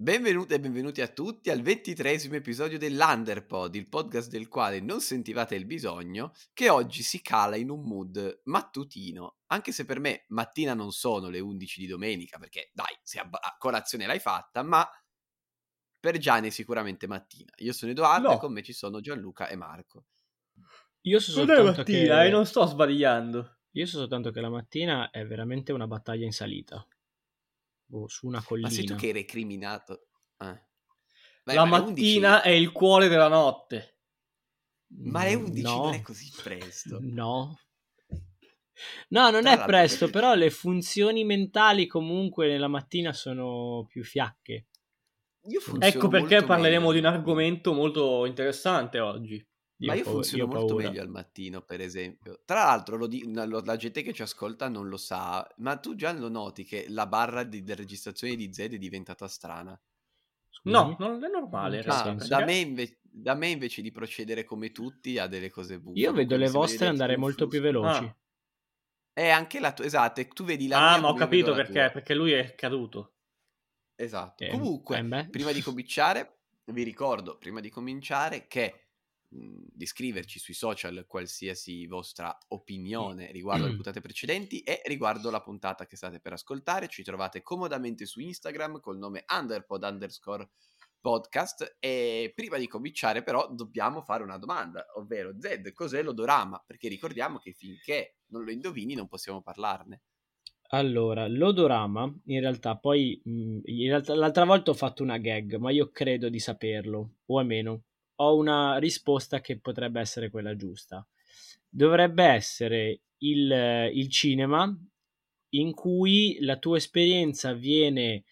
Benvenute e benvenuti a tutti al 23esimo episodio dell'Underpod, il podcast del quale non sentivate il bisogno, che oggi si cala in un mood mattutino, anche se per me mattina non sono le 11 di domenica, perché dai, se colazione l'hai fatta, ma per Gianni è sicuramente mattina. Io sono Edoardo e con No, me ci sono Gianluca e Marco. Io so non è soltanto mattina, che non sto sbagliando. io so soltanto che la mattina è veramente una battaglia in salita, su una Ma sei tu collina. che hai recriminato? Beh, La ma le 11... mattina è il cuore della notte. Ma le 11 non è No, così presto. no. No, non Tra è l'altro presto, perché... però le funzioni mentali comunque nella mattina sono più fiacche. Io Ecco funziono perché molto meglio parleremo al di un mattino. argomento molto interessante oggi. Ma io Io funziono ho molto paura. meglio al mattino, per esempio. Tra l'altro, la gente che ci ascolta non lo sa, ma tu già lo noti che la barra di registrazione di Zed è diventata strana. No, Scusami? non è normale In in che realtà, senso? Da me invece di procedere come tutti ha delle cose Io buffe, vedo comunque mi le sembra di vostre vederti andare con molto più flusso. veloci. Ah, È anche la tua, esatto, e tu vedi la mia ma ho come io vedo capito la tua. perché lui è caduto. Esatto. Comunque, Beh. prima di cominciare, vi ricordo, prima di cominciare, che di scriverci sui social qualsiasi vostra opinione riguardo alle puntate precedenti e riguardo la puntata che state per ascoltare. Ci trovate comodamente su Instagram col nome _podcast. E prima di cominciare, però, dobbiamo fare una domanda, ovvero Zed, cos'è l'odorama? Perché ricordiamo che finché non lo indovini non possiamo parlarne. Allora, l'odorama, in realtà, poi, l'altra volta ho fatto una gag, ma io credo di saperlo, o almeno ho una risposta che potrebbe essere quella giusta. Dovrebbe essere il cinema in cui la tua esperienza viene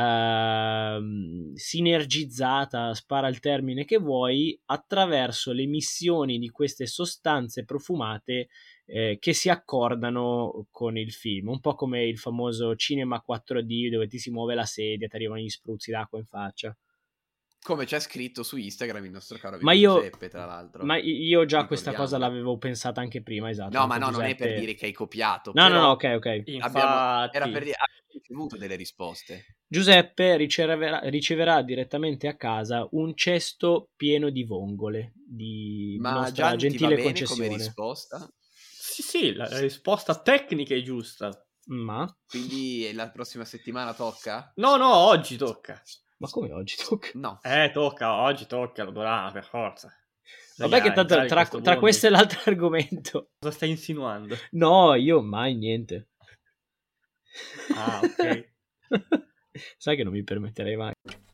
sinergizzata, spara il termine che vuoi, attraverso l'emissione di queste sostanze profumate che si accordano con il film, un po' come il famoso cinema 4D dove ti si muove la sedia, ti arrivano gli spruzzi d'acqua in faccia. Come c'è scritto su Instagram il nostro caro Ma amico io, Giuseppe, tra l'altro. io già questa cosa Ricordiamolo. l'avevo pensata anche prima, esatto, No, ma anche no, non è per dire Giuseppe. che hai copiato, No, no, no, però ok, ok. era per Infatti, dire, abbiamo ricevuto delle risposte. Giuseppe riceverà direttamente a casa un cesto pieno di vongole di Ma nostra Gian ti va gentile bene come concessione. risposta? sì, la risposta tecnica è giusta. Ma? Quindi la prossima settimana tocca? No, oggi tocca. Ma come oggi tocca? No. Oggi tocca l'odorama, per forza. Vabbè che Devi tanto entrare in tra, questo tra mondo. questo e l'altro argomento. Cosa stai insinuando? No, io mai niente. Ah, ok. Sai che non mi permetterei mai.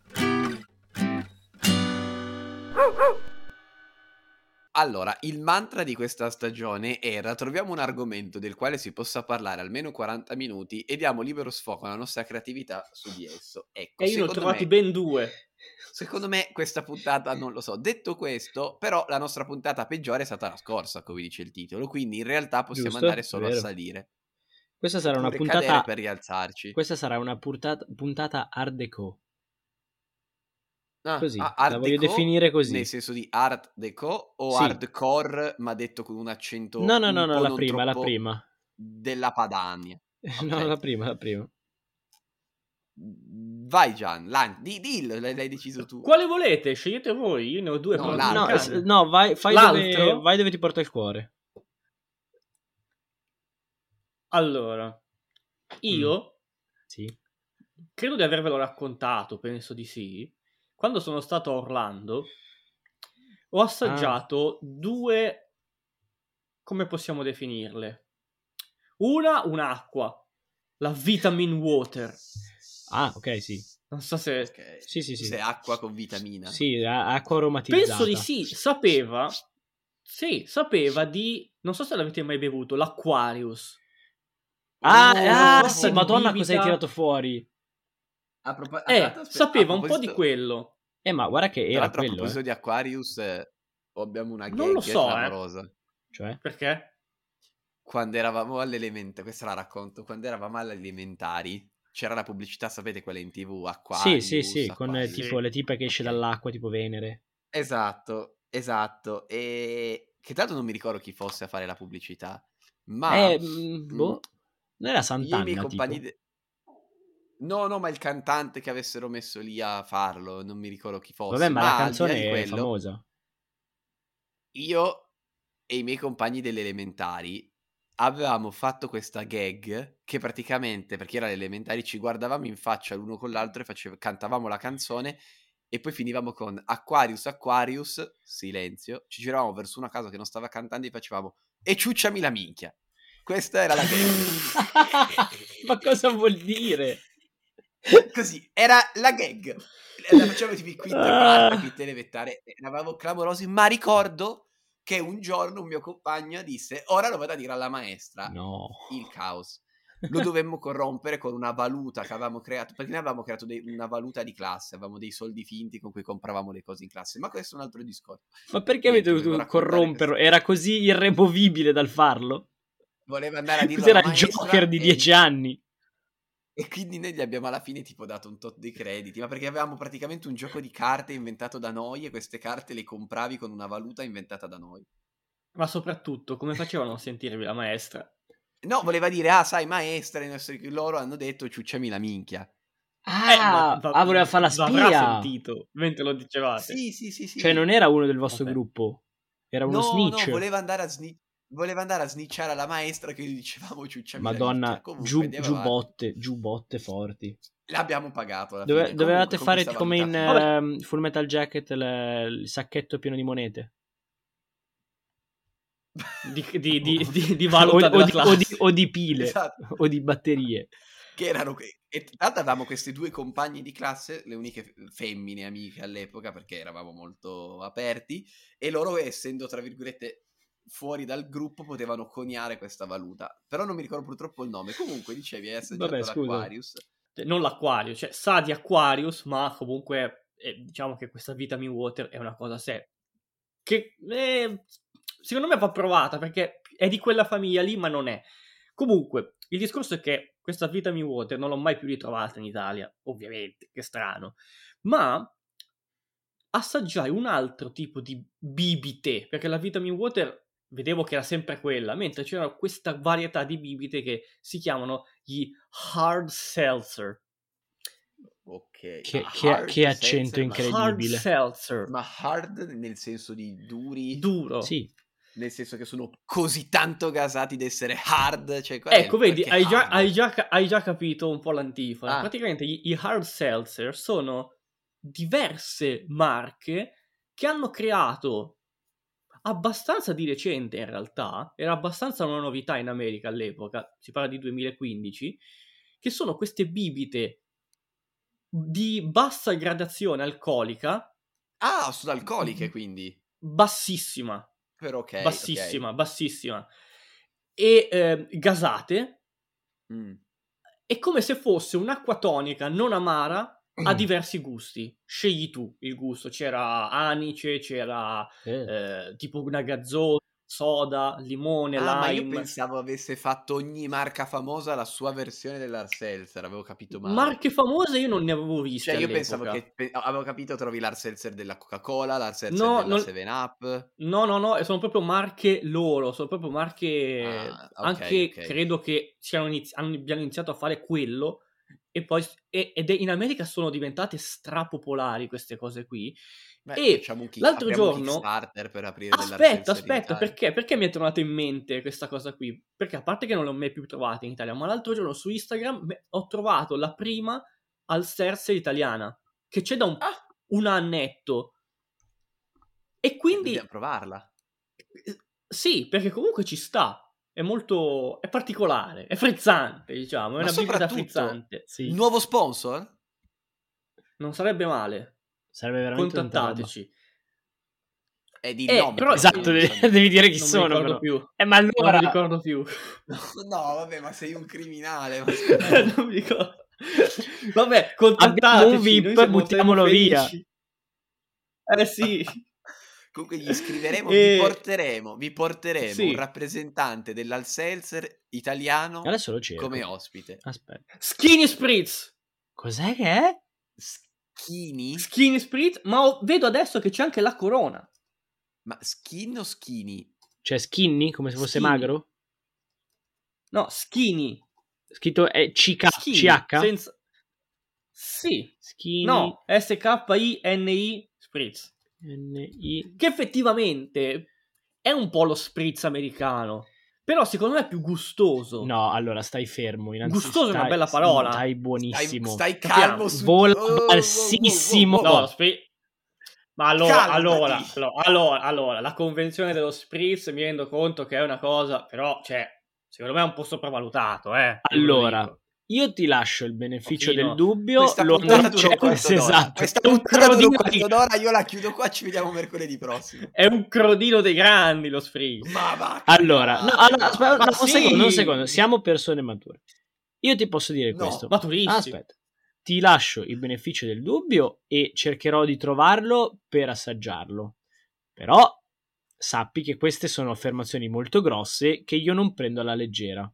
Allora, il mantra di questa stagione era: troviamo un argomento del quale si possa parlare almeno 40 minuti e diamo libero sfogo alla nostra creatività su di esso. Ecco, E io ne ho trovati ben due. secondo me questa puntata, non lo so. Detto questo, però la nostra puntata peggiore è stata la scorsa, come dice il titolo, quindi in realtà possiamo andare Giusto? solo a Vero. salire. Questa sarà una Oppure cadere puntata. per rialzarci. Questa sarà una puntata Art Deco. Così, la Art voglio Deco, definire nel così. senso di Art Deco, o Sì. hardcore, ma detto con un No, accento no, no, un no, po' la non prima, la troppo prima. della Padania. No, Ok. la prima, la prima. Vai Gian, dillo, l'hai deciso tu. Quale volete? Scegliete voi. Io ne ho due No, per No, l'altro. giocare. no, vai L'altro? vai dove ti porta il cuore. Allora, io Sì. credo di avervelo raccontato, penso di sì. Quando sono stato a Orlando, ho Ah, assaggiato due, come possiamo definirle? Un'acqua, la Vitamin Water. ok, sì. Non so se... Ok. Sì, sì, sì. Cos'è, acqua con vitamina? Sì, acqua Penso di aromatizzata. sì, sapeva... Sì, sapeva di... Non so se l'avete mai bevuto, l'Aquarius. Una Sì, sorta di Madonna, cosa hai tirato bibita... fuori? Tra l'altro, a Sapeva un po' di proposito, quello. Ma guarda che tra era l'altro, a quello, proposito di Aquarius, abbiamo una Non lo gag so, clamorosa. Cioè? Perché? Quando eravamo all'elementare, questa la racconto, quando eravamo alle elementari, c'era la pubblicità, sapete, quella in TV, Sì, sì, Aquarius, sì, con Aquarius. tipo Sì. le tipe che esce Ok. dall'acqua, tipo Venere. Esatto, esatto. E che tanto non mi ricordo chi fosse a fare la pubblicità, ma Boh, non era io e i miei Sant'Anna, compagni... tipo. No, ma il cantante che avessero messo lì a farlo, non mi ricordo chi fosse. Vabbè, ma la al di là canzone di è quello, famosa. io e i miei compagni delle elementari avevamo fatto questa gag che praticamente, perché era alle elementari, ci guardavamo in faccia l'uno con l'altro e cantavamo la canzone e poi finivamo con Aquarius, Aquarius, silenzio, ci giravamo verso una casa che non stava cantando e facevamo e ciucciami la minchia. Questa era la gag. Ma cosa vuol dire? Così, era la gag. La facevamo tipo quinta e quarta, quinta elementare, eravamo clamorosi, ma ricordo che un giorno un mio compagno disse ora lo vado a dire alla maestra. No. Il caos. Lo dovemmo corrompere con una valuta che avevamo creato, perché noi avevamo creato una valuta di classe, avevamo dei soldi finti con cui compravamo le cose in classe, ma questo è un altro discorso. Ma perché avete dovuto corromperlo? Era così irremovibile dal farlo? Voleva andare a dire Cos'era alla il maestra Joker di 10 anni? e quindi noi gli abbiamo alla fine tipo dato un tot dei crediti, ma perché avevamo praticamente un gioco di carte inventato da noi e queste carte le compravi con una valuta inventata da noi. Ma soprattutto, come facevano a sentirvi la maestra? No, voleva dire, sai maestra, loro hanno detto ciucciami la minchia. Voleva fare la spia. L'avrà sentito mentre lo dicevate. Sì. Cioè non era uno del vostro gruppo, era uno snitch. No, voleva andare a snitchare alla maestra che gli dicevamo ciucciami Madonna, la minchia. Comunque, giubbotte forti. L'abbiamo pagato alla fine. Dovevate fare come in Vabbè. Full Metal Jacket il sacchetto pieno di monete. di valuta della classe. O di pile, esatto. o di batterie. Che erano e tra l'altro avevamo questi due compagni di classe, le uniche femmine amiche all'epoca, perché eravamo molto aperti, e loro, essendo tra virgolette fuori dal gruppo, potevano coniare questa valuta. Però non mi ricordo purtroppo il nome. Comunque dicevi hai assaggiato l'Aquarius. Non l'Aquarius, cioè sa di Aquarius, ma comunque diciamo che questa Vitamin Water è una cosa seria. Che secondo me va provata, perché è di quella famiglia lì, ma non è. Comunque, il discorso è che questa Vitamin Water non l'ho mai più ritrovata in Italia, ovviamente, che strano. Ma assaggiai un altro tipo di bibite, perché la Vitamin Water vedevo che era sempre quella, mentre c'era questa varietà di bibite che si chiamano gli hard seltzer. Ok. Che accento incredibile. Hard seltzer. Ma hard nel senso di duri? Duro. Sì. Nel senso che sono così tanto gasati da essere hard. Cioè, ecco, vedi, hai già capito un po' l'antifona. Praticamente i hard seltzer sono diverse marche che hanno creato abbastanza di recente, in realtà, era abbastanza una novità in America all'epoca, si parla di 2015, che sono queste bibite di bassa gradazione alcolica. Sono alcoliche, quindi. Bassissima. Però ok. Bassissima. E gasate. È come se fosse un'acqua tonica non amara a diversi gusti. Scegli tu il gusto. C'era anice, c'era tipo una gazzosa, soda, limone, lime. Ma io pensavo avesse fatto ogni marca famosa la sua versione dell'hard seltzer, avevo capito male. Marche famose io non ne avevo viste. Cioè io all'epoca. pensavo che avevo capito, trovi l'hard seltzer della Coca-Cola, l'hard seltzer della 7-Up. No, sono proprio marche loro, sono proprio marche anche credo che abbiano iniziato a fare quello e poi in America sono diventate strapopolari queste cose qui. E l'altro giorno un Kickstarter per aprire aspetta, perché mi è tornato in mente questa cosa qui? Perché a parte che non l'ho mai più trovata in Italia, ma l'altro giorno su Instagram ho trovato la prima al seltzer italiana che c'è da un annetto. E quindi dobbiamo provarla. Sì, perché comunque ci sta. È molto particolare, è frizzante, diciamo, è una bibita frizzante. Sì. Nuovo sponsor? Non sarebbe male. Sarebbe veramente contattateci. Di nome. Però esatto, devi dire chi sono. Non mi ricordo più. Ma allora... Non mi ricordo più. No, vabbè, ma sei un criminale. Non mi ricordo. Vabbè, contattateci. Un VIP, buttiamolo via. Sì. Comunque gli scriveremo, vi porteremo un rappresentante dell'Al Seltzer italiano adesso lo cerco come ospite. Aspetta. Skinny Spritz. Cos'è che è? Skinny Spritz, ma vedo adesso che c'è anche la Corona. Ma skin o skinny? Cioè skinny, come se fosse magro? No, skinny. Scritto è CH? Senza... Sì. Skinny. No, SKINI Spritz. N-I. Che effettivamente è un po' lo spritz americano, però secondo me è più gustoso. No, allora stai fermo. Gustoso è una bella parola. Stai buonissimo. Stai Capiamo? calmo su... Vola Oh, bassissimo. No, lo spritz... Ma Calmati. allora, la convenzione dello spritz mi rendo conto che è una cosa, però, cioè, secondo me è un po' sopravvalutato, Allora, io ti lascio il beneficio del dubbio. Questa lo puntata dura un annuncio- quarto d'ora. esatto. Questa È un puntata dura un crodino quarto di- d'ora, io la chiudo qua, ci vediamo mercoledì prossimo. È un crodino dei grandi lo spritz. Ma va. Allora, no, aspetta, Ma no, sì. un secondo, siamo persone mature. Io ti posso dire No, questo. maturissimi. Aspetta, ti lascio il beneficio del dubbio e cercherò di trovarlo per assaggiarlo. Però sappi che queste sono affermazioni molto grosse che io non prendo alla leggera.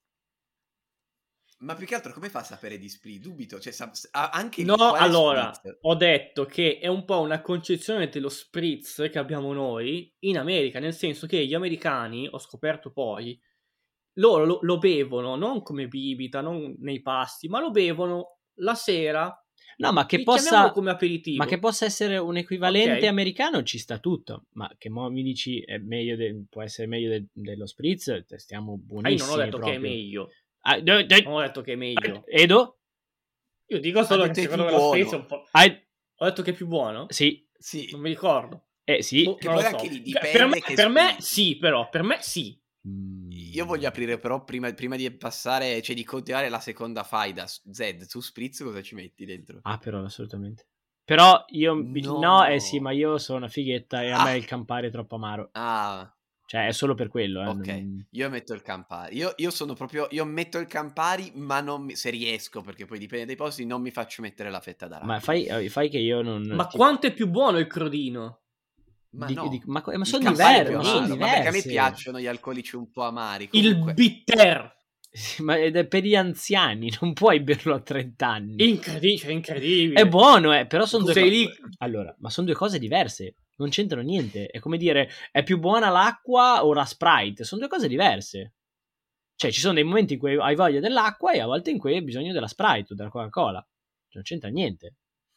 Ma più che altro come fa a sapere di spritz? Dubito, cioè anche No, lì, quale allora, spritz? ho detto che è un po' una concezione dello spritz che abbiamo noi in America, nel senso che gli americani, ho scoperto poi, loro lo bevono non come bibita, non nei pasti, ma lo bevono la sera. No, ma che chiamiamolo possa, come aperitivo. ma che possa essere un equivalente Ok. americano ci sta tutto. Ma che mo mi dici è meglio può essere meglio dello spritz? Stiamo Io buonissimi non ho detto proprio. che è meglio. Ah, Non ho detto che è meglio. Edo? Io dico solo Ha che detto è secondo più me lo buono. spritz è un po'... Hai- Ho detto che è più buono? Sì, Sì. Non mi ricordo. sì. Boh, Che non poi lo anche so. lì Per dipende me, che per me spritz. sì, però. Per me sì. Io voglio aprire però prima di passare, cioè di continuare la seconda faida. Zed, tu spritz cosa ci metti dentro? Però assolutamente. Però io No. sì, ma io sono una fighetta e a me il Campari è troppo amaro. Ah, Cioè, è solo per quello, ok. Io metto il Campari. Io sono proprio, io metto il Campari, ma non se riesco, perché poi dipende dai posti, non mi faccio mettere la fetta d'arancia. Ma fai che io non... Ma quanto è più buono il crodino? Ma no. ma Il sono Campari è più diversi. amaro, ma perché a me piacciono gli alcolici un po' amari. Comunque, Il bitter. Ma è per gli anziani, non puoi berlo a 30 anni. Incredibile. È buono, però sono due Sei cose. lì. Allora, ma sono due cose diverse. Non c'entrano niente. È come dire, è più buona l'acqua o la Sprite? Sono due cose diverse. Cioè, ci sono dei momenti in cui hai voglia dell'acqua e a volte in cui hai bisogno della Sprite o della Coca-Cola. Non c'entra niente.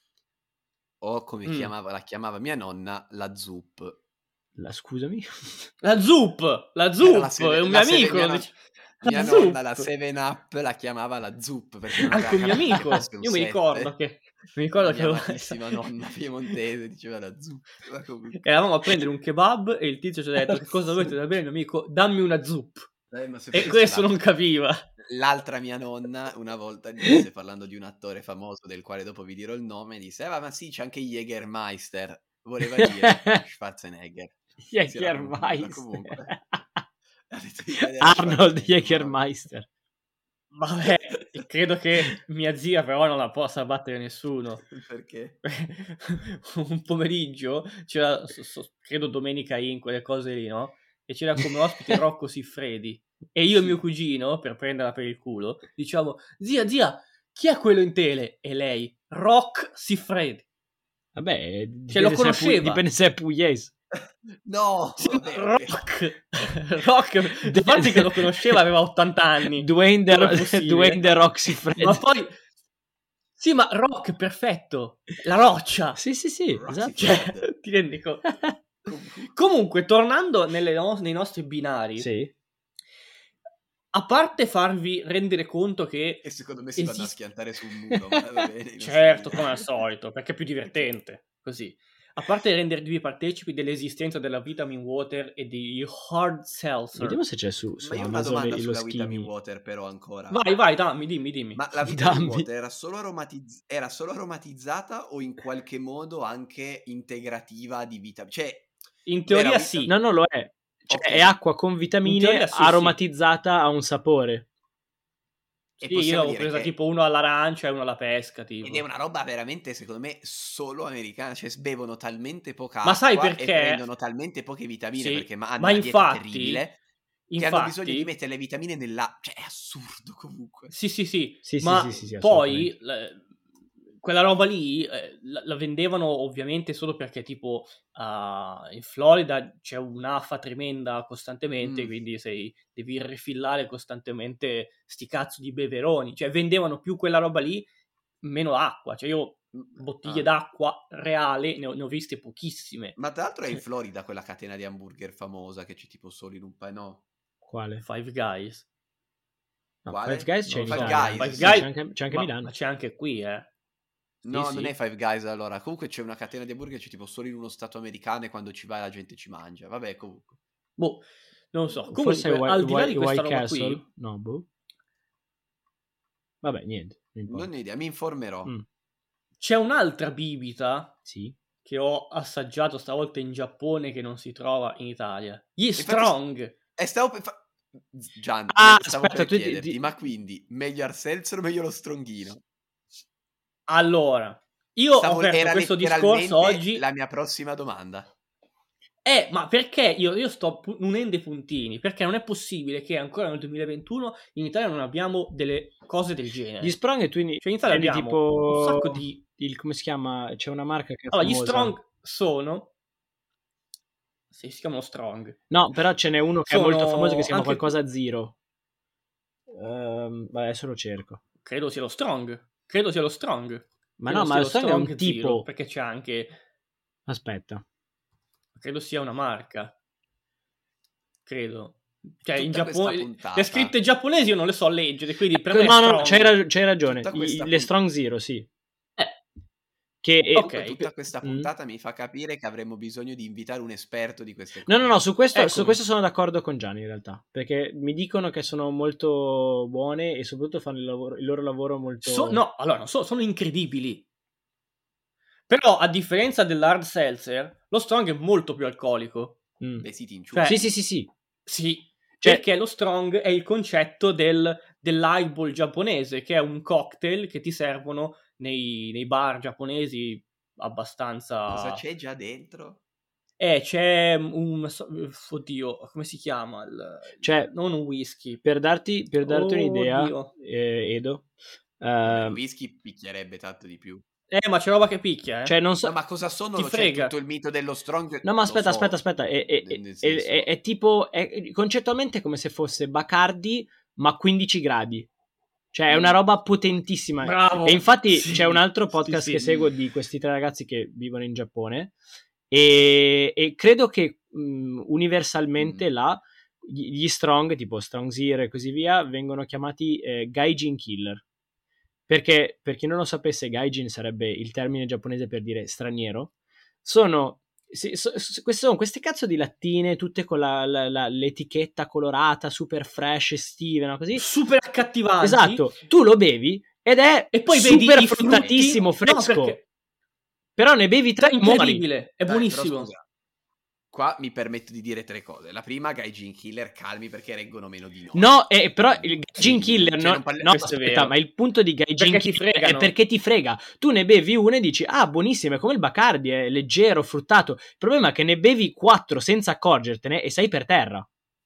o come la chiamava mia nonna, la zup. Scusami? La Zup è un mio amico. Mia nonna la 7-Up la chiamava la zup perché non Anche un mio aveva amico. fosse un Io mi ricordo che la mia amatissima nonna piemontese diceva la zup. Eravamo a prendere un kebab e il tizio ci ha detto: che cosa volete da bere, mio amico? Dammi una zup. E questo non capiva. L'altra mia nonna una volta disse, parlando di un attore famoso del quale dopo vi dirò il nome, disse ma sì, c'è anche Jägermeister, voleva dire Schwarzenegger. Jägermeister. Arnold Arnold Jägermeister. Vabbè, credo che mia zia però non la possa battere nessuno. Perché? Un pomeriggio c'era, credo Domenica In, quelle cose lì, no? E c'era come ospite Rocco Siffredi. E io e mio cugino, per prenderla per il culo, diciamo: zia, chi è quello in tele? E lei: Rock Siffredi. Vabbè, lo conosceva. Dipende se è pugliese. No, vabbè, Rock, infatti che lo conosceva, aveva 80 anni. Dwayne The Rock Siffredi. Ma poi sì, ma Rock perfetto, la roccia. Sì, esatto. Cioè, ti rendi conto? Comunque, tornando nei nostri binari, sì. A parte farvi rendere conto che e secondo me si vanno a schiantare sul muro, ma va bene, certo, come al solito, perché è più divertente così. A parte rendervi partecipi dell'esistenza della vitamin water e di hard seltzer. Vediamo se c'è su ma io ho una domanda sulla vitamin water però ancora. Vai, dimmi. Ma la vitamin water era solo aromatizzata o in qualche modo anche integrativa di vitamina? Cioè, in teoria sì. No, lo è. Cioè, okay. È acqua con vitamine aromatizzata a un sapore. Sì, io l'avevo presa tipo uno all'arancia e uno alla pesca, tipo. Ed è una roba veramente, secondo me, solo americana. Cioè, bevono talmente poca ma acqua sai perché? E prendono talmente poche vitamine, sì, perché hanno una dieta terribile, che hanno bisogno di mettere le vitamine Cioè, è assurdo, comunque. Sì, ma poi quella roba lì la vendevano ovviamente solo perché tipo in Florida c'è un'affa tremenda costantemente, quindi devi rifillare costantemente sti cazzo di beveroni, cioè vendevano più quella roba lì meno acqua. Cioè io bottiglie d'acqua reale ne ho viste pochissime. Ma tra l'altro è in Florida quella catena di hamburger famosa che c'è tipo solo in un paio, no? Quale? Five Guys. No, Quale? Five Guys c'è No, in Five Italia. Guys. Sì, c'è anche a Milano. Ma c'è anche qui, No, Sì, non sì. è Five Guys allora. Comunque c'è una catena di hamburger, c'è tipo solo in uno stato americano e quando ci vai la gente ci mangia. Vabbè, comunque. Boh, non lo so. Forse Comunque, al di là di questa White roba Castle? qui, No, boh. Vabbè, niente. Non importa. Non ho idea, mi informerò. c'è un'altra bibita Sì. che ho assaggiato stavolta in Giappone che non si trova in Italia. Gli Infatti, Strong. Gian, stavo aspetta, per chiederti, ma quindi meglio Hard Seltzer o meglio lo stronghino? Allora, io ho aperto questo discorso oggi. La mia prossima domanda. Ma perché io sto unendo i puntini? Perché non è possibile che ancora nel 2021 in Italia non abbiamo delle cose del genere. Gli Strong cioè in Italia abbiamo tipo un sacco di... come si chiama? C'è una marca che è Allora, famosa. gli Strong sono... Sì, si chiamano Strong. No, però ce n'è uno che è molto famoso che si chiama anche qualcosa Zero. Adesso lo cerco. Credo sia lo Strong. Ma no, ma lo Strong è un tipo. Zero, perché c'è anche... Aspetta. Credo sia una marca. Credo. Cioè, in Tutta questa Giappone puntata. le scritte giapponesi io non le so leggere, quindi per me è No, Strong. c'hai ragione. Tutta questa Le Strong Zero, sì. Ok. Tutta questa puntata mi fa capire che avremmo bisogno di invitare un esperto di queste cose. No, su questo sono d'accordo con Gianni in realtà, perché mi dicono che sono molto buone e soprattutto fanno il loro lavoro molto... Allora, sono incredibili. Però, a differenza dell'hard seltzer, lo Strong è molto più alcolico. Beh, sì, ti inciucci. Sì. Sì, Cioè, perché lo Strong è il concetto dell'highball giapponese, che è un cocktail che ti servono nei bar giapponesi abbastanza... Cosa c'è già dentro? C'è un... Oddio, come si chiama? Cioè, non un whisky. Per darti un'idea, Oddio. Edo... il whisky picchierebbe tanto di più. Ma c'è roba che picchia, Cioè, non so... No, ma cosa sono? Ti C'è frega. tutto il mito dello Strong. No, ma aspetta. È tipo... concettualmente come se fosse Bacardi, ma a 15 gradi. Cioè, è una roba potentissima. Bravo. E infatti Sì, c'è un altro podcast sì. che seguo di questi 3 ragazzi che vivono in Giappone. E credo che universalmente là gli Strong, tipo Strong Zero e così via, vengono chiamati Gaijin Killer. Perché, per chi non lo sapesse, Gaijin sarebbe il termine giapponese per dire straniero. Queste sono queste cazzo di lattine, tutte con l'etichetta colorata, super fresh, estive, no? Così. Super accattivanti. Esatto, tu lo bevi ed è e poi super vedi fruttatissimo, fresco. No, perché... Però ne bevi 3 incredibile, muori. è buonissimo. Però, scusa, qua mi permetto di dire 3 cose. La prima, Gaijin Killer, calmi perché reggono meno di noi. No, però il Gaijin Killer no, aspetta, ma il punto di Gaijin Killer è perché ti frega. Tu ne bevi uno e dici, ah, buonissimo, è come il Bacardi, è leggero, fruttato. Il problema è che ne bevi 4 senza accorgertene e sei per terra.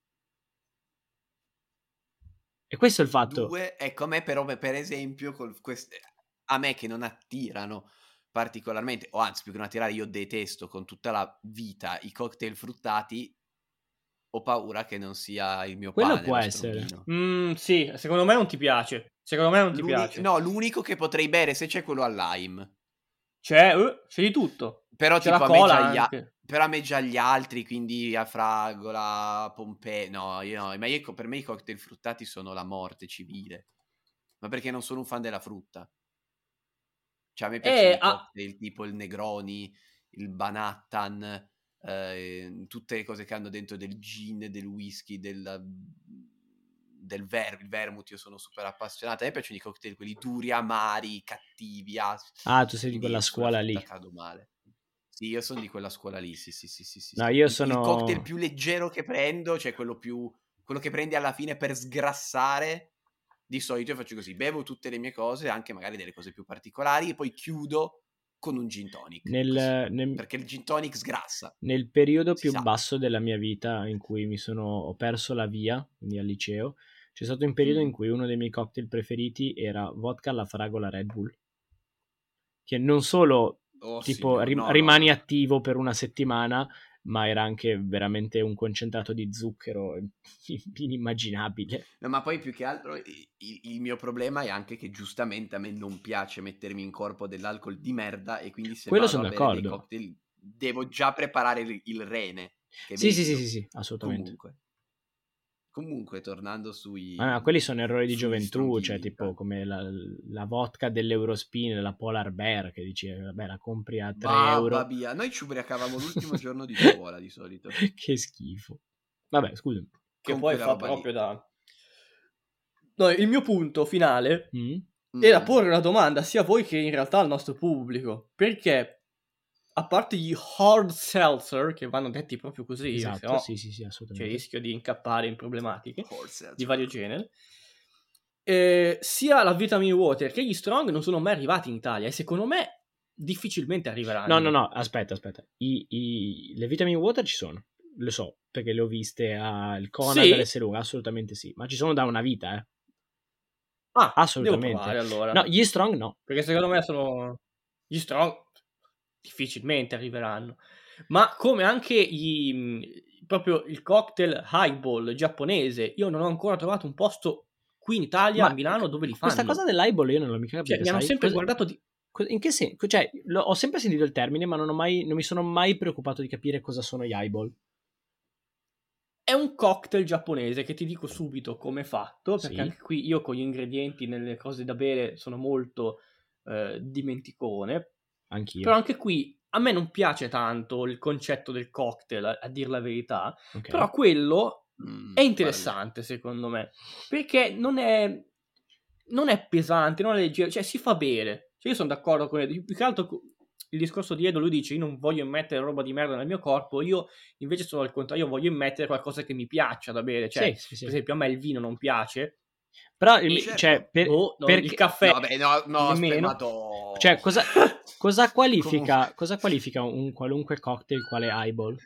E questo è il fatto. 2, ecco, a me però, per esempio, a me che non attirano particolarmente, o anzi più che non attirare, io detesto con tutta la vita i cocktail fruttati, ho paura che non sia il mio Quello pane. Può essere. Sì, secondo me non ti piace. Piace. No, l'unico che potrei bere se c'è quello al lime. C'è di tutto. Però c'è tipo la cola anche. Però a me già gli altri, quindi a fragola, Pompei, no, per me i cocktail fruttati sono la morte civile. Ma perché non sono un fan della frutta. Cioè a me piacciono i cocktail tipo il Negroni, il Manhattan, tutte le cose che hanno dentro del gin, del whisky, il vermouth. Io sono super appassionato. A me piacciono i cocktail quelli duri, amari, cattivi. Tu sei di quella scuola lì. Cado male. Sì, io sono di quella scuola lì, sì. No, io sono... Il cocktail più leggero che prendo, cioè quello che prendi alla fine per sgrassare. Di solito io faccio così, bevo tutte le mie cose, anche magari delle cose più particolari, e poi chiudo con un gin tonic. Perché il gin tonic sgrassa. Nel periodo più basso della mia vita, in cui ho perso la via, quindi al liceo, c'è stato un periodo in cui uno dei miei cocktail preferiti era vodka alla fragola Red Bull. Che non solo rimani attivo per una settimana, ma era anche veramente un concentrato di zucchero inimmaginabile. No, ma poi più che altro il mio problema è anche che giustamente a me non piace mettermi in corpo dell'alcol di merda, e quindi se Quello vado sono a bere dei d'accordo. cocktail devo già preparare il rene, che Sì, vendo. assolutamente. Comunque, tornando sui Quelli sono errori di sugli gioventù, strong cioè drink, tipo come la vodka dell'Eurospin, la Polar Bear, che dici, vabbè, la compri a 3 babba euro. via, noi ci ubriacavamo l'ultimo giorno di scuola di solito Che schifo. Vabbè, scusami. Che con poi quella fa roba proprio lì. da... No, il mio punto finale Mm? era porre una domanda sia a voi che in realtà al nostro pubblico. Perché, a parte gli hard seltzer, che vanno detti proprio così, Esatto, se no sì, c'è assolutamente. rischio di incappare in problematiche Forse di vario genere, sia la vitamin water che gli strong non sono mai arrivati in Italia e secondo me difficilmente arriveranno. No, aspetta. Le vitamin water ci sono, lo so, perché le ho viste al Conad, Sì? all'Esselunga, assolutamente sì, ma ci sono da una vita, Ah, devo assolutamente. provare allora. No, gli strong no. Perché secondo me sono... Gli strong difficilmente arriveranno. Ma come anche proprio il cocktail highball giapponese, io non ho ancora trovato un posto qui in Italia, a Ma Milano, dove li fanno. questa cosa dell'highball io non l'ho mica capita, Cioè, mi hanno sai? sempre guardato di... In che senso? Cioè, ho sempre sentito il termine, ma non mi sono mai preoccupato di capire cosa sono gli highball. È un cocktail giapponese che ti dico subito come è fatto, perché Sì. anche qui io con gli ingredienti nelle cose da bere sono molto dimenticone. Anch'io. Però anche qui a me non piace tanto il concetto del cocktail, a dir la verità. Ok. Però quello è interessante secondo me, perché non è pesante, non è leggero, cioè si fa bere. Cioè io sono d'accordo con più che altro il discorso di Edo, lui dice io non voglio immettere roba di merda nel mio corpo, io invece sono al contrario, io voglio immettere qualcosa che mi piaccia da bere, cioè Sì. per esempio a me il vino non piace, però certo. cioè, il caffè nemmeno. Cioè cosa qualifica un qualunque cocktail quale highball?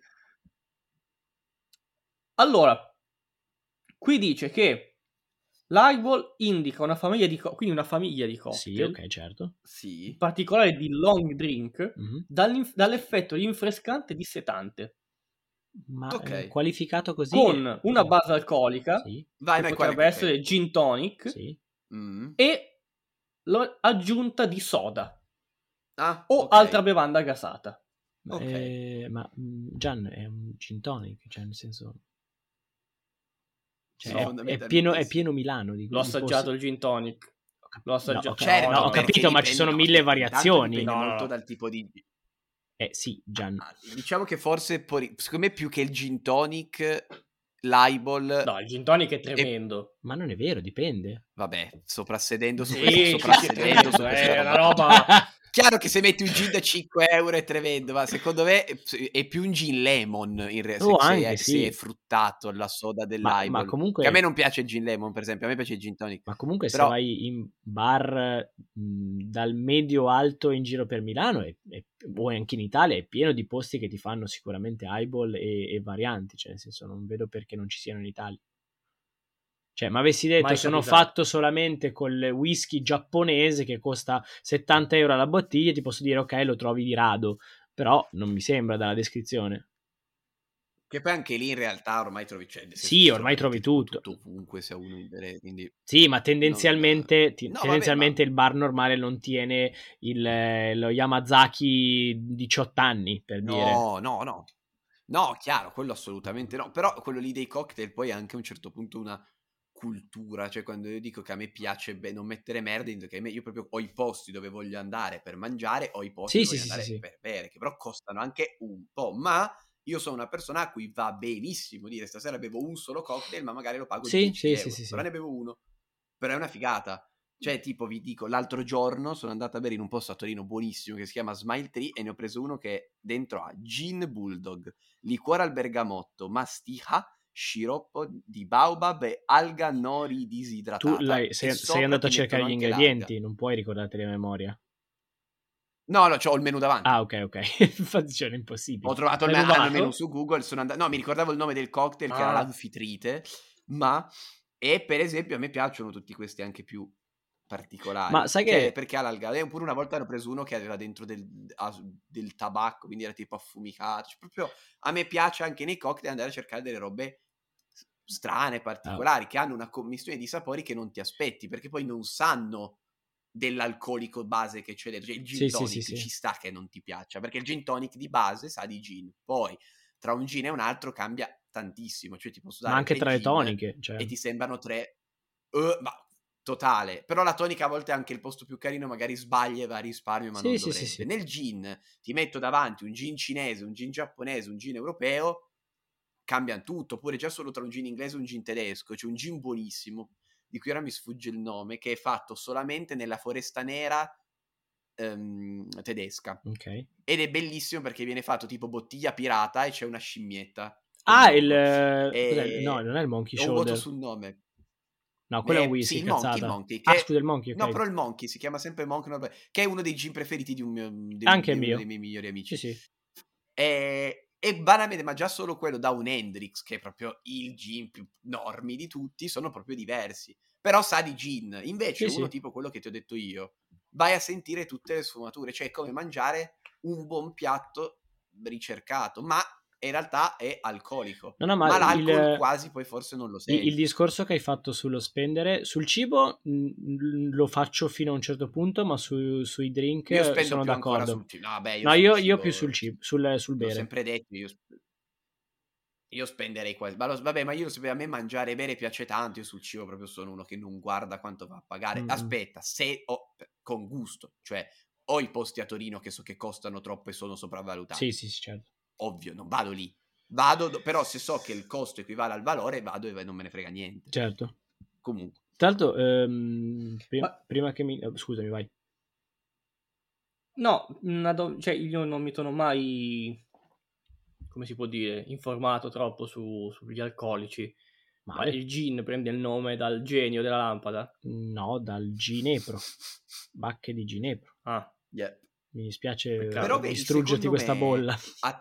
Allora, qui dice che l'highball indica una famiglia di quindi una famiglia di cocktail. Sì, ok, certo. Sì. In particolare di long drink, dall'effetto rinfrescante e dissetante. Ma Ok. Qualificato così con una base alcolica, sì. che potrebbe essere gin tonic, sì. e l'aggiunta di soda o okay. altra bevanda gasata. Ma Gian è un gin tonic, cioè nel senso... Cioè, No, è pieno Milano di L'ho assaggiato il gin tonic. L'ho assaggiato. Certo, ho capito, ma ci sono mille variazioni. Dipende molto dal tipo di... sì, Gian. Diciamo che forse, secondo me, più che il gin tonic, l'highball... No, il gin tonic è tremendo. Ma non è vero, dipende. Vabbè, soprassedendo su sì, questa è una roba... Chiaro che se metti un gin da 5 euro è tremendo, ma secondo me è più un gin lemon se è fruttato la soda dell'highball. Ma comunque... Che a me non piace il gin lemon, per esempio, a me piace il gin tonic. Ma comunque se vai in bar dal medio alto in giro per Milano o anche in Italia è pieno di posti che ti fanno sicuramente highball e varianti, cioè nel senso non vedo perché non ci siano in Italia. Cioè, ma avessi detto sono fatto solamente col whisky giapponese che costa 70 euro alla bottiglia, ti posso dire ok, lo trovi di rado, però non mi sembra dalla descrizione. Che poi anche lì in realtà ormai trovi... sì, ormai trovi tutto ovunque, se uno quindi... Sì, ma tendenzialmente il bar normale non tiene lo Yamazaki 18 anni, per dire. No, chiaro, quello assolutamente no. Però quello lì dei cocktail poi è anche a un certo punto una cultura, cioè quando io dico che a me piace non mettere merda, che io proprio ho i posti dove voglio andare per mangiare, ho i posti dove voglio andare per bere, che però costano anche un po', ma io sono una persona a cui va benissimo dire stasera bevo un solo cocktail, ma magari lo pago 10 euro, però ne bevo uno, però è una figata. Cioè, tipo, vi dico, l'altro giorno sono andato a bere in un posto a Torino buonissimo che si chiama Smile Tree e ne ho preso uno che dentro ha gin bulldog, liquore al bergamotto, mastiha, sciroppo di baobab e alga nori disidratata. Tu sei andato a cercare gli ingredienti, non puoi ricordarti la memoria. No, c'ho il menù davanti. Ah, ok. Infatti c'era impossibile. Ho trovato il menù su Google, mi ricordavo il nome del cocktail che era l'anfitrite, e per esempio a me piacciono tutti questi anche più particolari. Ma sai che... Perché ha l'algado. Pure una volta hanno preso uno che aveva dentro del tabacco, quindi era tipo affumicato. Cioè, proprio a me piace anche nei cocktail andare a cercare delle robe strane, particolari, che hanno una commistione di sapori che non ti aspetti, perché poi non sanno dell'alcolico base che c'è dentro. Cioè il gin tonic ci sta che non ti piaccia, perché il gin tonic di base sa di gin, poi tra un gin e un altro cambia tantissimo, cioè ti posso dare ma anche tra le toniche, e ti sembrano tre ma totale. Però la tonica a volte è anche il posto più carino, magari sbaglia e va a risparmio, ma non dovrebbe. Nel gin ti metto davanti un gin cinese, un gin giapponese, un gin europeo, cambiano tutto. Oppure già solo tra un gin inglese e un gin tedesco, c'è un gin buonissimo di cui ora mi sfugge il nome, che è fatto solamente nella Foresta Nera tedesca, ed è bellissimo perché viene fatto tipo bottiglia pirata e c'è una scimmietta. No, non è il Monkey Shoulder. Ho un voto sul nome. No, quello è un whisky, sì, il Monkey. Scusa, il Monkey, no, però il Monkey si chiama sempre Monkey, che è uno dei gin preferiti di uno dei miei migliori amici. Sì. E banalmente, ma già solo quello da un Hendrix, che è proprio il gin più normi di tutti, sono proprio diversi. Però sa di gin. Invece uno tipo quello che ti ho detto io, vai a sentire tutte le sfumature, cioè è come mangiare un buon piatto ricercato, ma in realtà è alcolico. Ma l'alcol quasi poi forse non lo senti. Il discorso che hai fatto sullo spendere, sul cibo lo faccio fino a un certo punto, ma sui drink io spendo sono più d'accordo. io più sul cibo, sul bere. L'ho sempre detto, io spenderei quasi. Vabbè, ma a me mangiare e bere piace tanto. Io sul cibo proprio sono uno che non guarda quanto va a pagare. Aspetta, se con gusto, cioè ho i posti a Torino che so che costano troppo e sono sopravvalutati. Sì, certo. Ovvio, non vado lì. Però se so che il costo equivale al valore, vado e non me ne frega niente. Certo. Comunque. Tra l'altro, prima che scusami, vai. No, cioè io non mi sono mai, come si può dire, informato troppo sugli alcolici. Ma il gin prende il nome dal genio della lampada? No, dal ginepro. Bacche di ginepro. Yeah. Mi dispiace però distruggerti questa bolla.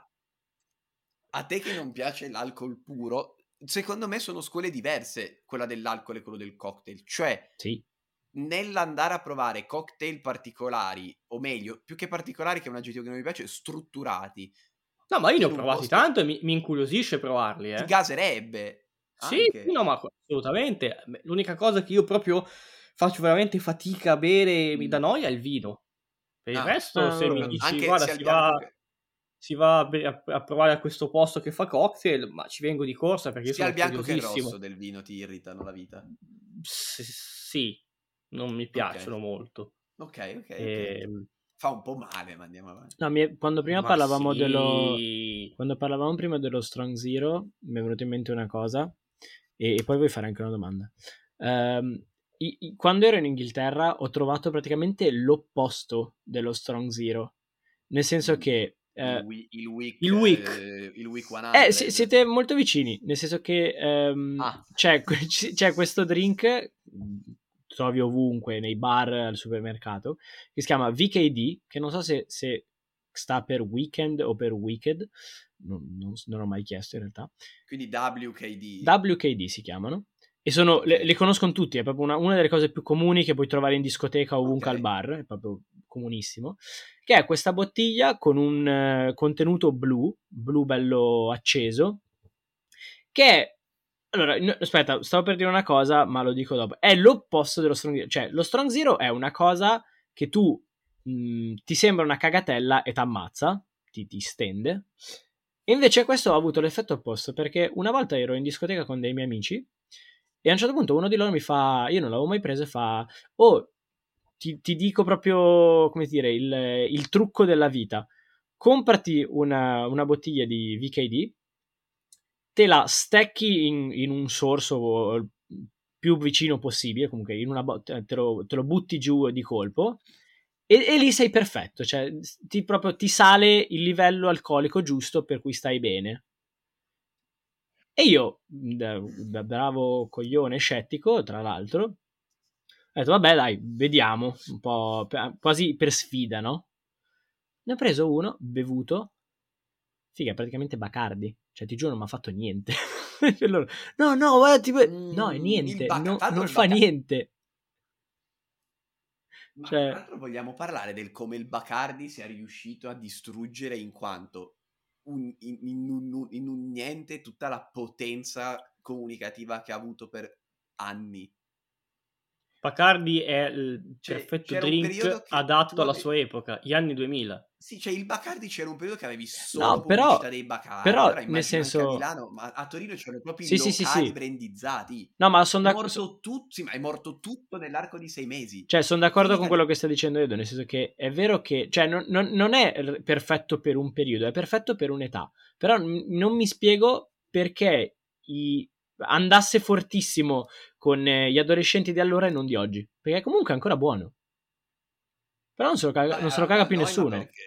A te che non piace l'alcol puro, secondo me sono scuole diverse, quella dell'alcol e quello del cocktail. Cioè, nell'andare a provare cocktail particolari, o meglio, più che particolari, che è un aggettivo che non mi piace, strutturati. No, ma io ne ho provati tanto e mi incuriosisce provarli, Ti gaserebbe. Sì, no, ma assolutamente. L'unica cosa che io proprio faccio veramente fatica a bere e mi dà noia è il vino. Per il resto, se mi dici, guarda, si va a provare a questo posto che fa cocktail, ma ci vengo di corsa perché io sono curiosissimo. Sia il bianco che il rosso del vino ti irritano la vita? Sì, non mi piacciono molto. Ok. Fa un po' male, ma andiamo avanti. No, quando parlavamo prima dello Strong Zero, mi è venuta in mente una cosa, e poi vuoi fare anche una domanda. Quando ero in Inghilterra ho trovato praticamente l'opposto dello Strong Zero, nel senso che il Week 100. Siete molto vicini, nel senso che c'è questo drink, trovi ovunque, nei bar, al supermercato, che si chiama VKD, che non so se sta per weekend o per wicked, non ho mai chiesto in realtà. Quindi WKD si chiamano, e sono le conoscono tutti, è proprio una delle cose più comuni che puoi trovare in discoteca ovunque al bar, è proprio comunissimo, che è questa bottiglia con un contenuto blu bello acceso, che è, allora, aspetta, stavo per dire una cosa, ma lo dico dopo, è l'opposto dello Strong Zero. Cioè, lo Strong Zero è una cosa che tu ti sembra una cagatella e t'ammazza, ti stende, e invece questo ha avuto l'effetto opposto, perché una volta ero in discoteca con dei miei amici e a un certo punto uno di loro mi fa, io non l'avevo mai preso, e fa, ti dico proprio, come dire, il trucco della vita. Comprati una bottiglia di VKD, te la stecchi in un sorso più vicino possibile, comunque te lo butti giù di colpo, e lì sei perfetto, cioè proprio ti sale il livello alcolico giusto per cui stai bene. E io, da bravo coglione scettico, tra l'altro, ho detto, vabbè dai, vediamo, un po' quasi per sfida, no? Ne ho preso uno, bevuto, figa, praticamente Bacardi, cioè ti giuro non mi ha fatto niente. No, guarda, no, è niente, non fa niente. Ma Cioè- tra l'altro vogliamo parlare del come il Bacardi sia riuscito a distruggere in quanto in un niente tutta la potenza comunicativa che ha avuto per anni. Bacardi è il Cioè, perfetto c'era un periodo drink che adatto tu alla avevi... sua epoca, gli anni 2000. Sì, cioè il Bacardi c'era un periodo che avevi solo No, pubblicità dei Bacardi. però Ora nel immagino anche a senso... Milano, ma a Torino c'erano proprio i Sì, sì, sì, locali sì. brandizzati. No, ma È sono morto tutto, sì, ma è morto tutto nell'arco di 6 mesi. Cioè, sono d'accordo Quindi con quello che sta dicendo Edo, nel senso che è vero che, cioè, non è perfetto per un periodo, è perfetto per un'età. Però non mi spiego perché andasse fortissimo con gli adolescenti di allora e non di oggi. Perché comunque è ancora buono. Però non se lo caga, Vabbè, non se lo allora, caga da più noi, ma nessuno. perché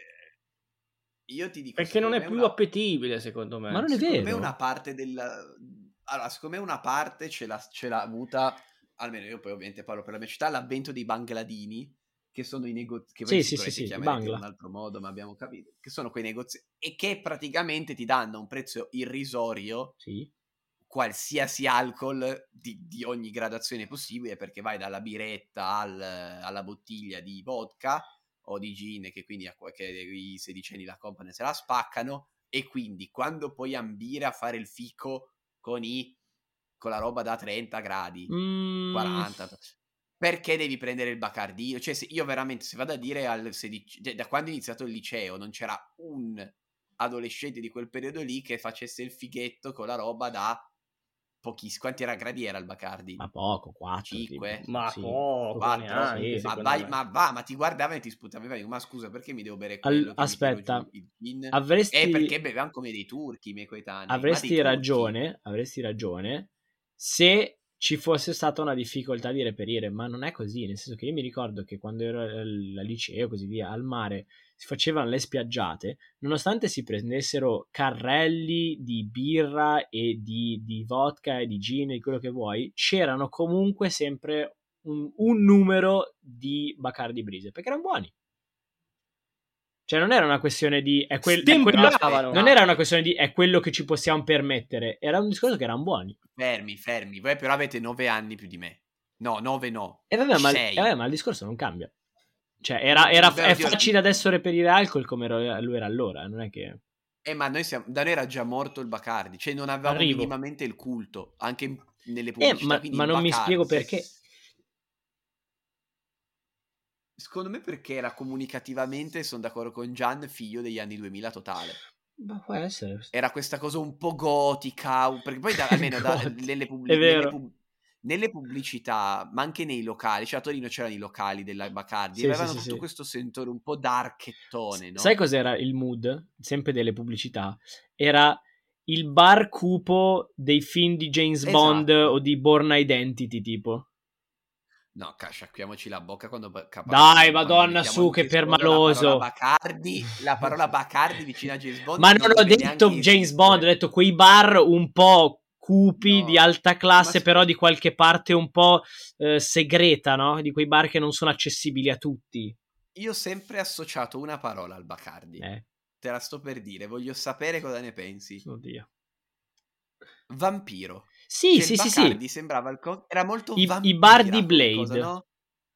io ti dico, Perché non secondo è me più appetibile, secondo Ma me. non è secondo me vero. una parte del... Allora, secondo me una parte ce l'ha avuta, almeno io poi ovviamente parlo per la mia città, l'avvento dei bangladini, che sono i negozi, che voi Sì, sì, sì, sicuramente sì, chiamerete in Bangla. un altro modo, ma abbiamo capito, che sono quei negozi, e che praticamente ti danno un prezzo irrisorio, Sì. qualsiasi alcol di ogni gradazione possibile, perché vai dalla biretta alla bottiglia di vodka o di gin, che quindi che i sedicenni la company se la spaccano, e quindi quando puoi ambire a fare il fico con la roba da 30 gradi, 40, perché devi prendere il Bacardino? Cioè, io veramente, se vado a dire da quando è iniziato il liceo non c'era un adolescente di quel periodo lì che facesse il fighetto con la roba da pochissimi. Quanti gradi era il Bacardi? Ma poco, 4 tipo. 5? Ma Sì. poco 4? neanche, Sì. Ma secondo me. ma ti guardava e ti sputava. Ma scusa, perché mi devo bere quello che mi tiro Aspetta, giù il gin? avresti... Perché bevevano come dei turchi i miei coetanei. Ma dei Avresti turchi. ragione se ci fosse stata una difficoltà di reperire, ma non è così, nel senso che io mi ricordo che quando ero al liceo, così via, al mare, si facevano le spiaggiate, nonostante si prendessero carrelli di birra e di vodka e di gin e di quello che vuoi, c'erano comunque sempre un numero di Bacardi Brise, perché erano buoni. Cioè non era una questione di Stemplavano. non era una questione di è quello che ci possiamo permettere, era un discorso che erano buoni. Fermi. Voi però avete 9 anni più di me. No, 9 no. E vabbè, 6. ma il discorso non cambia. Cioè, Beh, è oddio, facile adesso reperire alcol come lui era allora, non è che... ma da noi era già morto il Bacardi, cioè non avevamo Arrivo. minimamente il culto, anche nelle pubblicità, quindi ma il non mi spiego Bacardi. perché. Secondo me perché era comunicativamente, sono d'accordo con Gian, figlio degli anni 2000 totale. Ma può essere. Era questa cosa un po' gotica, perché poi almeno È vero. nelle pubblicità, ma anche nei locali, cioè a Torino c'erano i locali della Bacardi, Sì, avevano sì, tutto sì. questo sentore un po' darkettone, no? Sai cos'era il mood? Sempre delle pubblicità. Era il bar cupo dei film di James Bond Esatto. o di Bourne Identity, tipo. No, sciacquiamoci la bocca Dai, quando madonna mettiamo a su, che James Bond permaloso. la parola Bacardi vicino a James Bond Ma non non ho deve detto neanche James Bond, ho esistere. detto quei bar un po' cupi, di No, alta ma classe, però di qualche parte un po' segreta, no? Di quei bar che non sono accessibili a tutti. io ho sempre associato una parola al Bacardi. Te la sto per dire, voglio sapere cosa ne pensi. Oddio. Vampiro. Sì, Cioè sì, il sì, sì. Bacardi sembrava era molto I bar di vampira come cosa, Blade. no?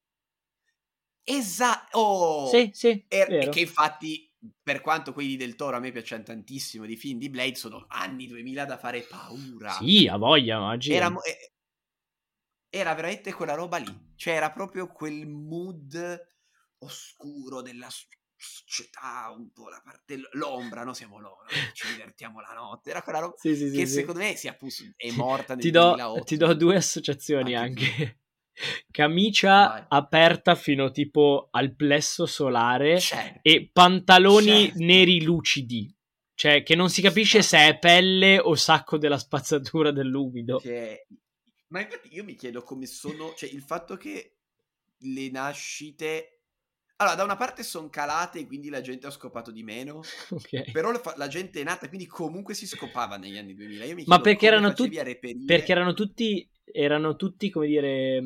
Esatto. Oh! Sì, sì, E vero. che infatti, per quanto quelli del Toro a me piacciono tantissimo, di film di Blade, sono anni 2000 da fare paura. Sì, a voglia, oggi. Era veramente quella roba lì. Cioè era proprio quel mood oscuro della società, un po' la parte l'ombra, no? Siamo loro, che ci divertiamo la notte. Era quella roba che secondo me è morta nel 2008. Ti do due associazioni anche. Camicia Vai. aperta fino tipo al plesso solare, Certo. e pantaloni neri lucidi. Cioè, che non si capisce se è pelle o sacco della spazzatura dell'umido. Ma infatti io mi chiedo come sono, cioè il fatto che le nascite... Allora, da una parte sono calate e quindi la gente ha scopato di meno, Okay. però la gente è nata, quindi comunque si scopava negli anni 2000. Io mi Ma chiedo perché come erano facevi tutti, a reperire... perché erano tutti, come dire,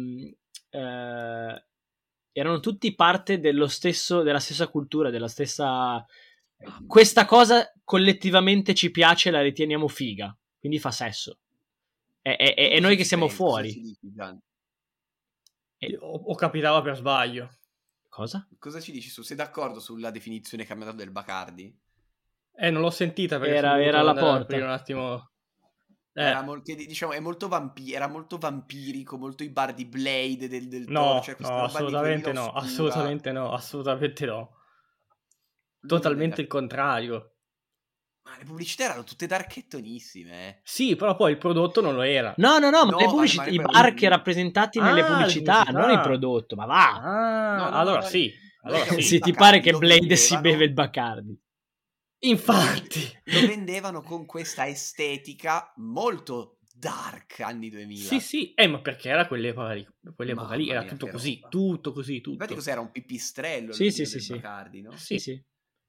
erano tutti parte della stessa cultura, della stessa... Questa cosa collettivamente ci piace, la riteniamo figa, quindi fa sesso. E noi che siamo Cosa fuori. ci dici, Gian? O capitava per sbaglio. Cosa? Cosa ci dici su? Sei d'accordo sulla definizione che ha dato del Bacardi? Non l'ho sentita perché Era sono dovuto alla andare ad porta. aprire un attimo. Diciamo, è molto era molto vampirico, molto i bar di Blade del No, Torture, questa no, roba di assolutamente 2000 no, oscura. assolutamente no, assolutamente no. Lui non è Totalmente il contrario. Ma le pubblicità erano tutte darkhettonissime. Sì, però poi il prodotto non lo era. No, ma No, le pubblicità, ma i poi bar che lui- rappresentati nelle le pubblicità, non il prodotto, ma va! No, allora no, sì, allora perché sì. Se il ti pare Bacardi che lo Blade si vendevano- beve il Bacardi. Infatti. lo vendevano con questa estetica molto dark anni 2000. Sì, ma perché era quell'epoca lì, Mamma era mia, tutto che così, roba. tutto così, Infatti tutto. cos'era, un pipistrello Sì, il sì, logo del sì. Bacardi, no? Sì, sì.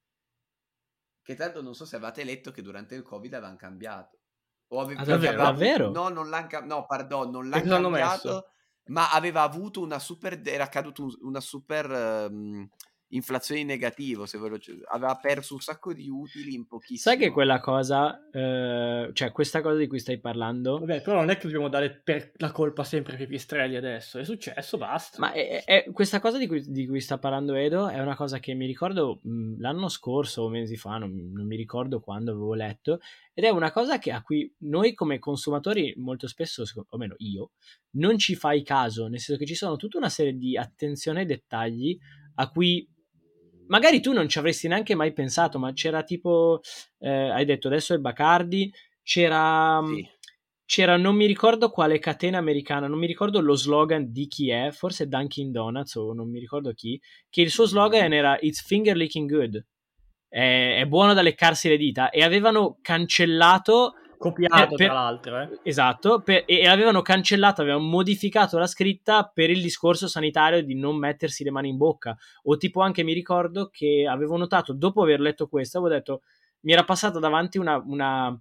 Che tanto non so se avete letto che durante il Covid avevano cambiato. O Davvero? No, non l'hanno cambiato. No, pardon, non E l'hanno cosa hanno cambiato, messo? ma aveva avuto una super. Era caduto una super inflazione in negativo. Aveva perso un sacco di utili in pochissimo. Sai che quella cosa, cioè questa cosa di cui stai parlando, Vabbè, però non è che dobbiamo dare la colpa sempre ai pipistrelli adesso. È successo, basta. ma questa cosa di cui sta parlando Edo è una cosa che mi ricordo l'anno scorso o mesi fa, non mi ricordo quando avevo letto, ed è una cosa a cui noi come consumatori molto spesso, o meno io, non ci fai caso, nel senso che ci sono tutta una serie di attenzioni ai dettagli a cui magari tu non ci avresti neanche mai pensato, ma c'era tipo, hai detto adesso è il Bacardi, c'era non mi ricordo quale catena americana, non mi ricordo lo slogan di chi è, forse Dunkin' Donuts o non mi ricordo chi, che il suo slogan era It's finger licking good, è buono da leccarsi le dita, e avevano cancellato Copiato tra l'altro, esatto, e avevano cancellato, avevano modificato la scritta per il discorso sanitario di non mettersi le mani in bocca. O tipo anche mi ricordo che avevo notato, dopo aver letto questo, avevo detto, mi era passata davanti una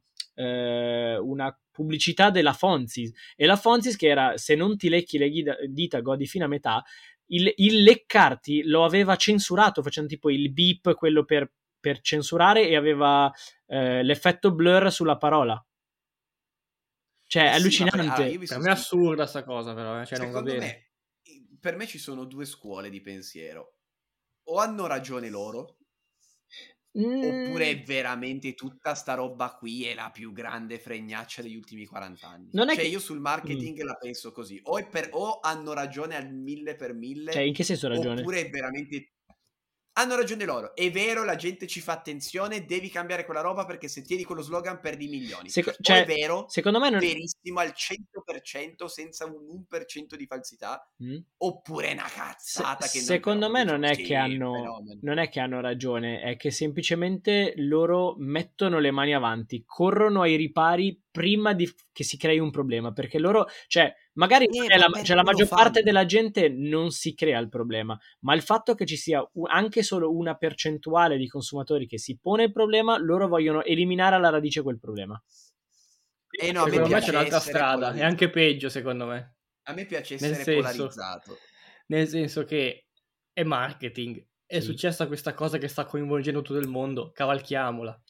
pubblicità della Fonzis, e la Fonzis che era se non ti lecchi le dita godi fino a metà, il leccarti lo aveva censurato facendo tipo il beep, quello per censurare, e aveva l'effetto blur sulla parola. Cioè, è allucinante. Allora, per me è assurda sta cosa, però. Cioè, non va bene. Per me ci sono due scuole di pensiero. O hanno ragione loro, oppure veramente tutta sta roba qui è la più grande fregnaccia degli ultimi 40 anni. Io sul marketing la penso così. O hanno ragione al 1000 per 1000. Cioè, in che senso ragione? Oppure è veramente... Hanno ragione loro, è vero, la gente ci fa attenzione, devi cambiare quella roba perché se tieni quello slogan perdi milioni. È vero, secondo me non... verissimo al 100% senza un 1% di falsità, oppure è una cazzata che secondo me non è che hanno ragione, è che semplicemente loro mettono le mani avanti, corrono ai ripari prima che si crei un problema, perché loro, cioè magari la maggior parte della gente non si crea il problema, ma il fatto che ci sia anche solo una percentuale di consumatori che si pone il problema, loro vogliono eliminare alla radice quel problema. Secondo me c'è un'altra strada, è anche peggio secondo me. A me piace essere polarizzato. Nel senso che è marketing, è successa questa cosa che sta coinvolgendo tutto il mondo, cavalchiamola.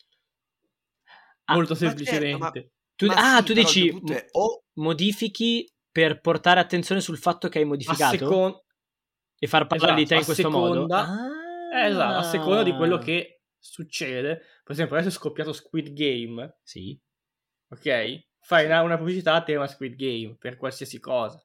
Molto semplicemente. Tu dici modifichi per portare attenzione sul fatto che hai modificato e far parlare di te in questo modo? Esatto, a seconda di quello che succede. Per esempio adesso è scoppiato Squid Game. Sì. Ok? Fai una pubblicità a tema Squid Game per qualsiasi cosa.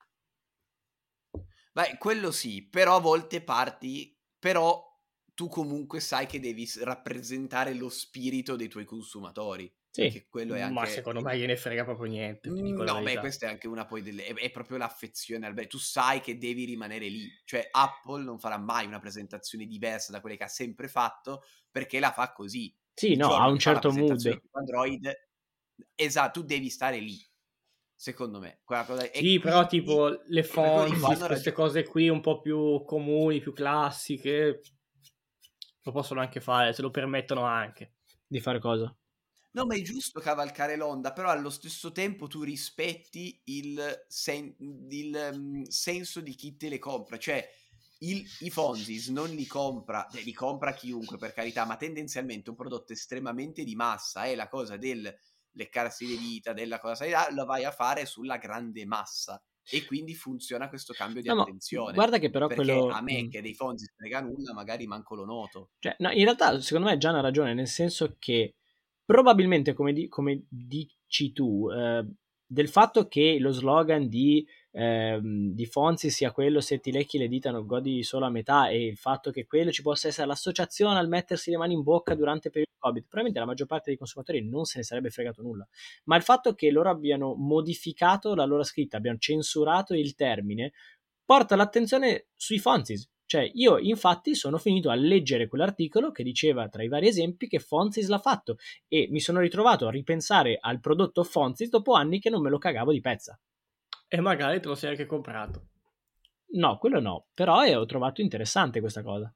Beh, quello sì, però a volte però tu comunque sai che devi rappresentare lo spirito dei tuoi consumatori. Sì, che quello è anche... ma secondo me gliene frega proprio niente. No, beh, questa è anche una poi è proprio l'affezione al bene. Tu sai che devi rimanere lì. Cioè, Apple non farà mai una presentazione diversa da quelle che ha sempre fatto, perché la fa così. Sì, no, ha un certo mood. Android, esatto, tu devi stare lì. Secondo me, quella cosa. Sì, però tipo le fonti, queste cose qui un po' più comuni, più classiche, lo possono anche fare, se lo permettono anche. Di fare cosa? No, ma è giusto cavalcare l'onda, però allo stesso tempo tu rispetti il senso di chi te le compra. Cioè, i Fonzis non li compra chiunque, per carità, ma tendenzialmente un prodotto estremamente di massa. È la cosa del leccarsi le dita, della cosa sanità, lo vai a fare sulla grande massa. e quindi funziona questo cambio di No, ma attenzione. guarda che però Perché quello... a me che dei Fonzi frega nulla, magari manco lo noto. Cioè, no, in realtà secondo me Gian ha ragione, nel senso che probabilmente, come dici tu, del fatto che lo slogan di Fonzi sia quello se ti lecchi le dita non godi solo a metà, e il fatto che quello ci possa essere l'associazione al mettersi le mani in bocca durante il periodo Covid, probabilmente la maggior parte dei consumatori non se ne sarebbe fregato nulla, ma il fatto che loro abbiano modificato la loro scritta, abbiano censurato il termine, porta l'attenzione sui Fonzis. Cioè, io infatti sono finito a leggere quell'articolo che diceva tra i vari esempi che Fonzis l'ha fatto, e mi sono ritrovato a ripensare al prodotto Fonzis dopo anni che non me lo cagavo di pezza. E magari te lo sei anche comprato. No, quello no, però ho trovato interessante questa cosa.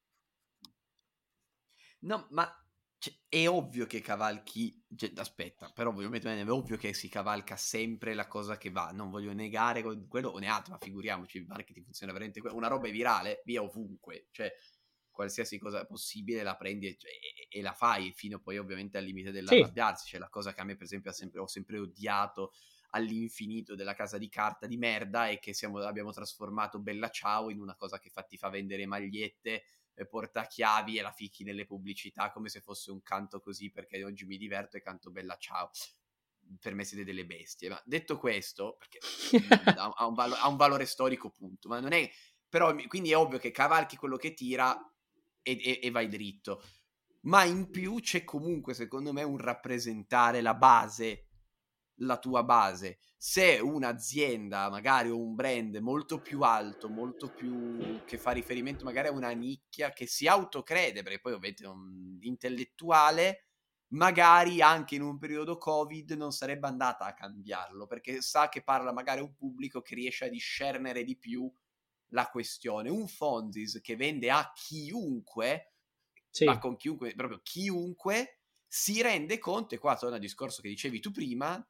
No, ma è ovvio che cavalchi. Aspetta, però voglio mettere bene, è ovvio che si cavalca sempre la cosa che va. Non voglio negare quello o ne altro, ma figuriamoci, il marketing funziona veramente. Una roba è virale, via ovunque. Cioè, qualsiasi cosa possibile la prendi e la fai, fino poi ovviamente al limite Sì, dell'arrabbiarsi. Cioè, la cosa che a me, per esempio, ho sempre odiato all'infinito della casa di carta di merda è che abbiamo trasformato Bella Ciao in una cosa che ti fa vendere magliette, portachiavi, e la ficchi nelle pubblicità come se fosse un canto così, perché oggi mi diverto e canto Bella Ciao. Per me siete delle bestie. Ma detto questo, perché ha un valore storico, punto, ma non è, però quindi è ovvio che cavalchi quello che tira e vai dritto, ma in più c'è comunque secondo me un rappresentare la base, la tua base. Se un'azienda, magari un brand molto più alto, molto più che fa riferimento magari a una nicchia, che si autocrede, perché poi ovviamente è un intellettuale, magari anche in un periodo Covid non sarebbe andata a cambiarlo, perché sa che parla magari a un pubblico che riesce a discernere di più la questione. Un Fonzis che vende a chiunque, sì, ma con chiunque, proprio chiunque, si rende conto, e qua torna al discorso che dicevi tu prima,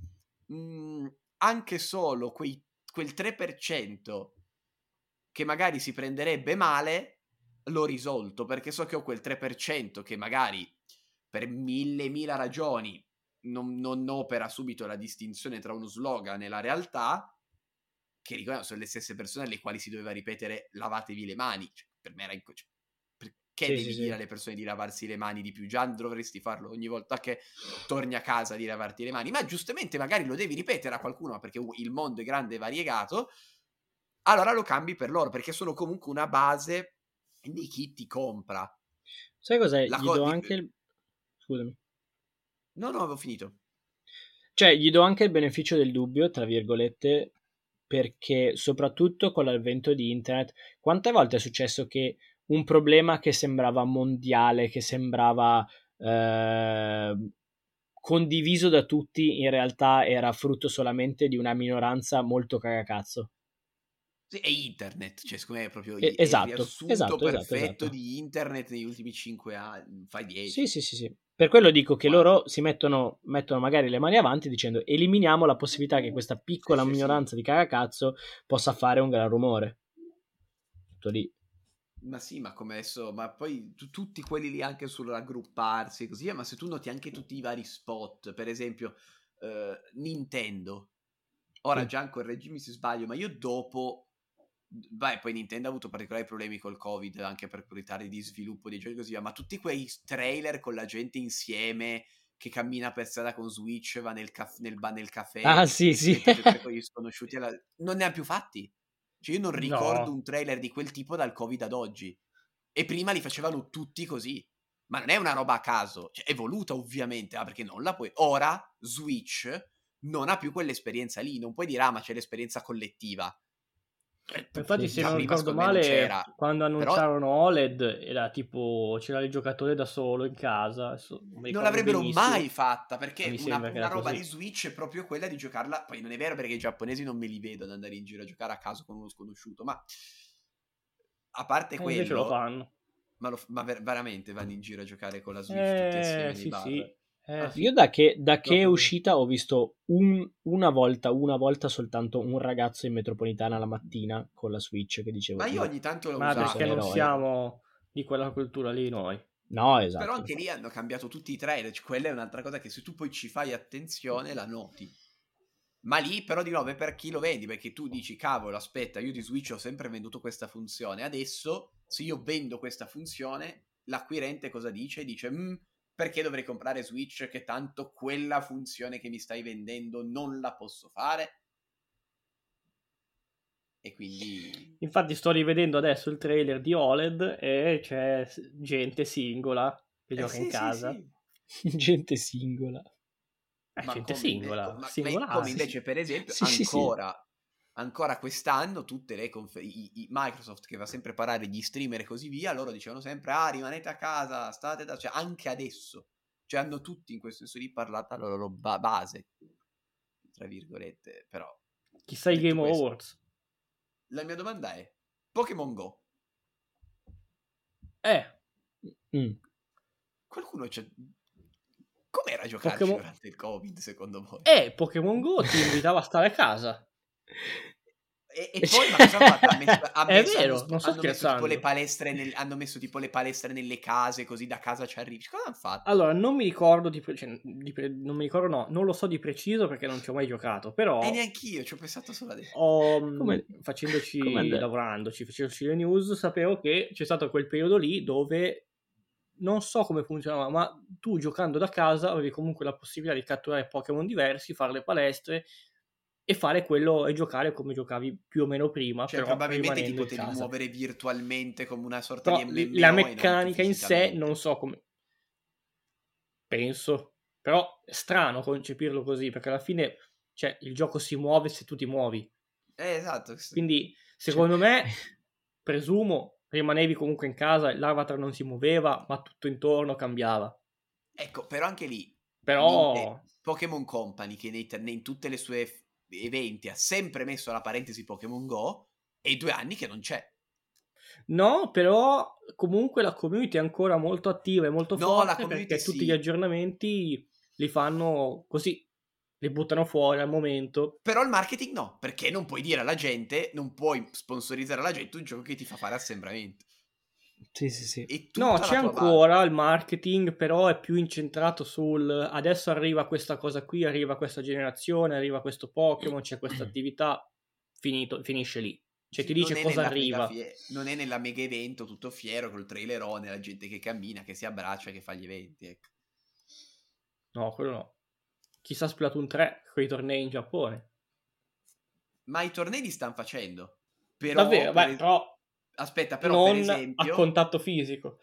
anche solo quel 3% che magari si prenderebbe male, l'ho risolto, perché so che ho quel 3% che magari per mille ragioni non opera subito la distinzione tra uno slogan e la realtà, che ricordiamo sono le stesse persone alle quali si doveva ripetere lavatevi le mani. Cioè, per me era perché sì, sì, devi dire sì. alle persone di lavarsi le mani di più? Già dovresti farlo ogni volta che torni a casa, di lavarti le mani, ma giustamente magari lo devi ripetere a qualcuno, perché il mondo è grande e variegato, allora lo cambi per loro, perché sono comunque una base di chi ti compra. Sai cos'è? La Gli co- do di- anche il... Scusami. no, avevo finito. Cioè, gli do anche il beneficio del dubbio, tra virgolette, perché soprattutto con l'avvento di internet, quante volte è successo che un problema che sembrava mondiale, che sembrava condiviso da tutti, in realtà era frutto solamente di una minoranza molto cagacazzo? Sì, è internet, cioè secondo me è proprio è il Esatto, riassunto esatto, esatto, perfetto esatto. di internet negli ultimi 5 anni, fai Sì, 10, sì, sì, sì. Per quello dico che quasi. loro si mettono magari le mani avanti dicendo eliminiamo la possibilità che questa Sì, piccola sì, sì. minoranza di cagacazzo possa fare un gran rumore. Tutto lì. Ma sì, ma come adesso, ma poi tutti quelli lì anche sul raggrupparsi e così via, ma se tu noti anche tutti i vari spot, per esempio Nintendo, ora Sì. Gian correggimi se sbaglio, ma io dopo, beh, poi Nintendo ha avuto particolari problemi col Covid, anche per ritardi di sviluppo dei giochi e così via, ma tutti quei trailer con la gente insieme che cammina per strada con Switch, va nel caffè Ah, sì, e si sì. mette a giocare con gli sconosciuti, non ne ha più fatti. Cioè io non ricordo No. un trailer di quel tipo dal Covid ad oggi. E prima li facevano tutti così. Ma non è una roba a caso. Cioè, è voluta ovviamente, perché non la puoi. Ora Switch non ha più quell'esperienza lì. Non puoi dire, ma c'è l'esperienza collettiva. Infatti, Sì, se sì, Già non sì. prima ricordo secondo me non male, c'era. quando Però annunciarono OLED era tipo c'era il giocatore da solo in casa, adesso non mi non ricordo l'avrebbero mai benissimo, fatta, ma perché mi sembra che una era roba così. di Switch è proprio quella di giocarla. Poi non è vero, perché i giapponesi non me li vedo ad andare in giro a giocare a caso con uno sconosciuto. Ma a parte E invece lo quello, fanno. ma veramente vanno in giro a giocare con la Switch tutti assieme nei Sì, bar? sì. Ah. Io Sì, da che è proprio così. uscita ho visto una volta soltanto un ragazzo in metropolitana la mattina con la Switch che dicevo, Ma io boh, ogni tanto l'ho Ma questo è un perché usato, non eroe. siamo di quella cultura lì noi? No, però esatto, anche lì infatti. hanno cambiato tutti i trailer, cioè, quella è un'altra cosa che se tu poi ci fai attenzione la noti. Ma lì però di nuovo è per chi lo vendi, perché tu dici cavolo aspetta, io di Switch ho sempre venduto questa funzione, adesso se io vendo questa funzione l'acquirente cosa dice? Dice perché dovrei comprare Switch che tanto quella funzione che mi stai vendendo non la posso fare? E quindi Infatti sto rivedendo adesso il trailer di OLED e c'è gente singola che gioca in sì, casa. sì. Gente singola. Ma Gente come, singola, come singolare. invece per esempio Sì. ancora quest'anno tutte le Microsoft che va sempre a parare gli streamer e così via, loro dicevano sempre rimanete a casa, state da... cioè anche adesso, cioè hanno tutti in questo senso lì parlato la loro base, tra virgolette, però Chissà i detto Game questo, Awards. la mia domanda è Pokémon Go. Mm. Qualcuno c'è... Com'era giocarci Pokémon... durante il Covid secondo voi? Pokémon Go ti invitava a stare a casa. E poi ma cosa hanno fatto? È vero, non sto Hanno messo tipo le scherzando. palestre hanno messo tipo le palestre nelle case così da casa ci arrivi. Cosa hanno fatto? Allora, non mi ricordo non mi ricordo, no, non lo so di preciso perché non ci ho mai giocato, però E neanch'io ci ho pensato solo adesso. lavorandoci, facendoci le news, sapevo che c'è stato quel periodo lì dove non so come funzionava, ma tu giocando da casa avevi comunque la possibilità di catturare Pokémon diversi, fare le palestre e fare quello e giocare come giocavi più o meno prima, Cioè però probabilmente ti rimanendo in potevi casa. muovere virtualmente come una sorta Però di la MMO e non tu meccanica in sé fisicamente. non so come... Penso. Però è strano concepirlo così, perché alla fine cioè, il gioco si muove se tu ti muovi. Esatto. Quindi, secondo me, presumo, rimanevi comunque in casa, l'avatar non si muoveva, ma tutto intorno cambiava. Ecco, però anche lì Però... Pokémon Company che in tutte le sue eventi ha sempre messo la parentesi Pokémon Go e i 2 anni che non c'è. No, però comunque la community è ancora molto attiva e molto No, la forte community perché tutti gli sì. aggiornamenti li fanno così, li buttano fuori al momento. Però il marketing no, perché non puoi dire alla gente, non puoi sponsorizzare alla gente un gioco che ti fa fare assembramento. Sì. E No, tutta c'è la tua base. ancora il marketing, però è più incentrato sul adesso arriva questa cosa qui, arriva questa generazione, arriva questo Pokémon, c'è questa attività, finito, finisce lì. Cioè ti Sì, dice cosa arriva. non è nella mega evento tutto fiero col trailerone, la gente che cammina, che si abbraccia, che fa gli eventi, ecco. No, quello no. Chissà Splatoon 3 con i tornei in Giappone. Ma i tornei li stanno facendo. Però, Davvero, beh, però aspetta, però per non a esempio... contatto fisico.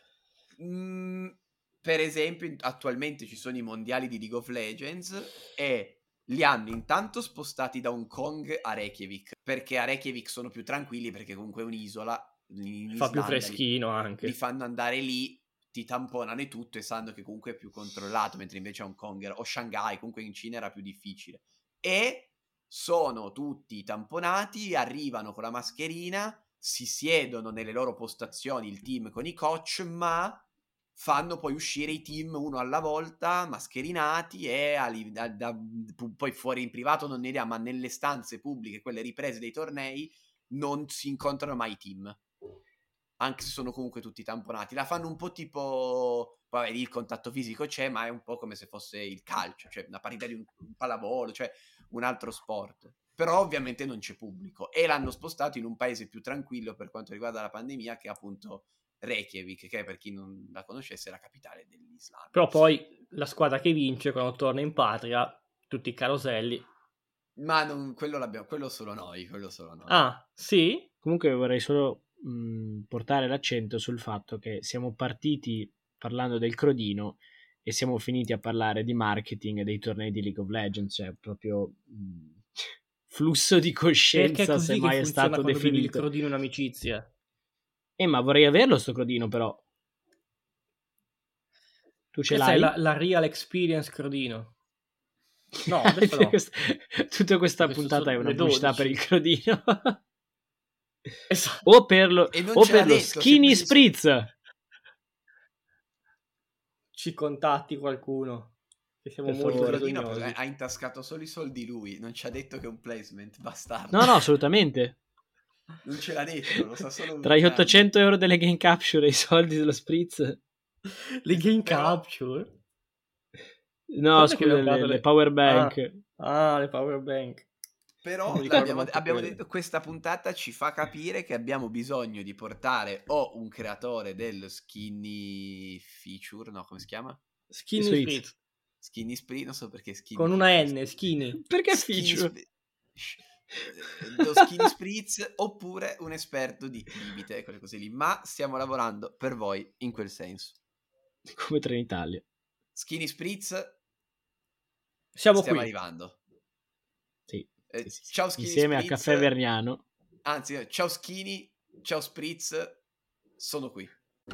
Per esempio, attualmente ci sono i mondiali di League of Legends e li hanno intanto spostati da Hong Kong a Reykjavik, perché a Reykjavik sono più tranquilli, perché comunque è un'isola, in Fa più Islanda freschino li anche. fanno andare lì, ti tamponano e tutto e sanno che comunque è più controllato, mentre invece a Hong Kong o Shanghai, comunque in Cina era più difficile. E sono tutti tamponati, arrivano con la mascherina, si siedono nelle loro postazioni il team con i coach, ma fanno poi uscire i team uno alla volta, mascherinati e poi fuori in privato non ne idea, ma nelle stanze pubbliche, quelle riprese dei tornei, non si incontrano mai i team. Anche se sono comunque tutti tamponati. La fanno un po' tipo... Vabbè, lì il contatto fisico c'è, ma è un po' come se fosse il calcio, cioè una partita di un pallavolo, cioè un altro sport. Però ovviamente non c'è pubblico. E l'hanno spostato in un paese più tranquillo per quanto riguarda la pandemia, che è appunto Reykjavik, che per chi non la conoscesse è la capitale dell'Islanda. Però poi la squadra che vince quando torna in patria, tutti i caroselli. Ma quello solo noi, quello solo noi. Ah, sì? Comunque vorrei solo portare l'accento sul fatto che siamo partiti parlando del Crodino e siamo finiti a parlare di marketing e dei tornei di League of Legends, cioè proprio flusso di Perché è coscienza, se così che mai è funziona stato quando bevi il definito. crodino in amicizia. Ma vorrei averlo sto Crodino, però. Tu ce Questa è l'hai? la real experience crodino. No, adesso no. Tutta questa Queste puntata sono è una le pubblicità per 12. il Crodino. Esatto. o per lo, E non o ce per l'ha lo detto, Skinny Spritz. Ci contatti qualcuno, che siamo Per molto favore. Crodino bisognosi. ha intascato solo i soldi lui, non ci ha detto che è un placement, bastardo. No, assolutamente. Non ce l'ha detto, lo sa solo Tra gli Luciano. 800 euro delle game capture e i soldi dello Spritz. Le game Però... capture? No, Quando è che scusa, abbiamo parlato le power bank. le power bank. Però Mi ricordo abbiamo manco quello. detto questa puntata ci fa capire che abbiamo bisogno di portare o un creatore del skinny feature, no, come si chiama? Skinny Sweet. Spritz. Skinny spritz, non so perché skinny Con una feature. N, skinny. Perché Skinny feature? lo skinny spritz oppure un esperto di bibite e quelle cose lì, ma stiamo lavorando per voi in quel senso. Come Trenitalia. Skinny spritz, Siamo stiamo qui. arrivando. Sì, sì. Ciao Skinny Insieme Spritz, a Caffè Vergnano. Anzi, ciao Skinny, ciao Spritz, sono qui.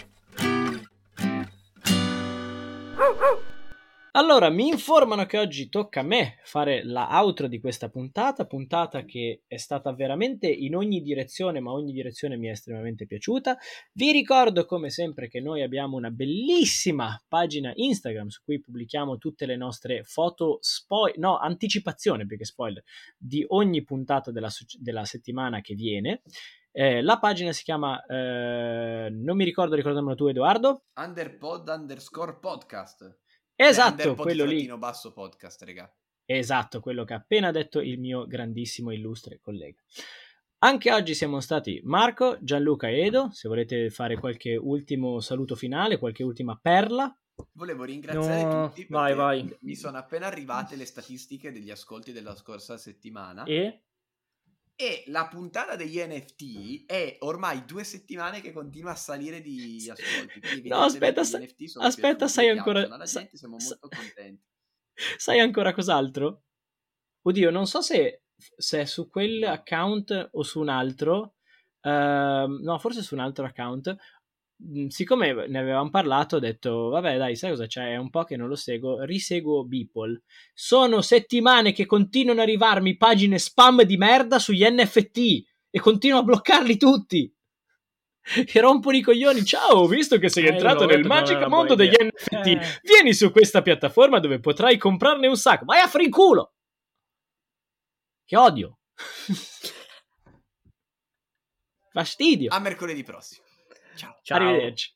Allora, mi informano che oggi tocca a me fare la outro di questa puntata che è stata veramente in ogni direzione, ma ogni direzione mi è estremamente piaciuta. Vi ricordo come sempre che noi abbiamo una bellissima pagina Instagram su cui pubblichiamo tutte le nostre foto anticipazione più che spoiler di ogni puntata della settimana che viene. La pagina si chiama non mi ricordamelo tu, Edoardo. Underpod_podcast. Esatto, quello lì. Basso podcast, raga. Esatto, quello che ha appena detto il mio grandissimo illustre collega. Anche oggi siamo stati Marco, Gianluca e Edo. Se volete fare qualche ultimo saluto finale, qualche ultima perla. Volevo ringraziare tutti perché vai. mi sono appena arrivate le statistiche degli ascolti della scorsa settimana. E la puntata degli NFT è ormai 2 settimane che continua a salire di ascolti. No, aspetta, sai ancora. Alla gente, siamo molto contenti. Sai ancora cos'altro? Oddio, non so se è su quell'account o su un altro. No, forse su un altro account. Siccome ne avevamo parlato, ho detto, vabbè dai, sai cosa c'è? È un po' che non lo seguo, riseguo Beeple. Sono settimane che continuano ad arrivarmi pagine spam di merda sugli NFT e continuo a bloccarli tutti. E rompono i coglioni. Ciao, ho visto che sei entrato nel magico mondo degli NFT. Vieni su questa piattaforma dove potrai comprarne un sacco. Vai a frinculo! Che odio. Fastidio. A mercoledì prossimo. Ciao. Arrivederci.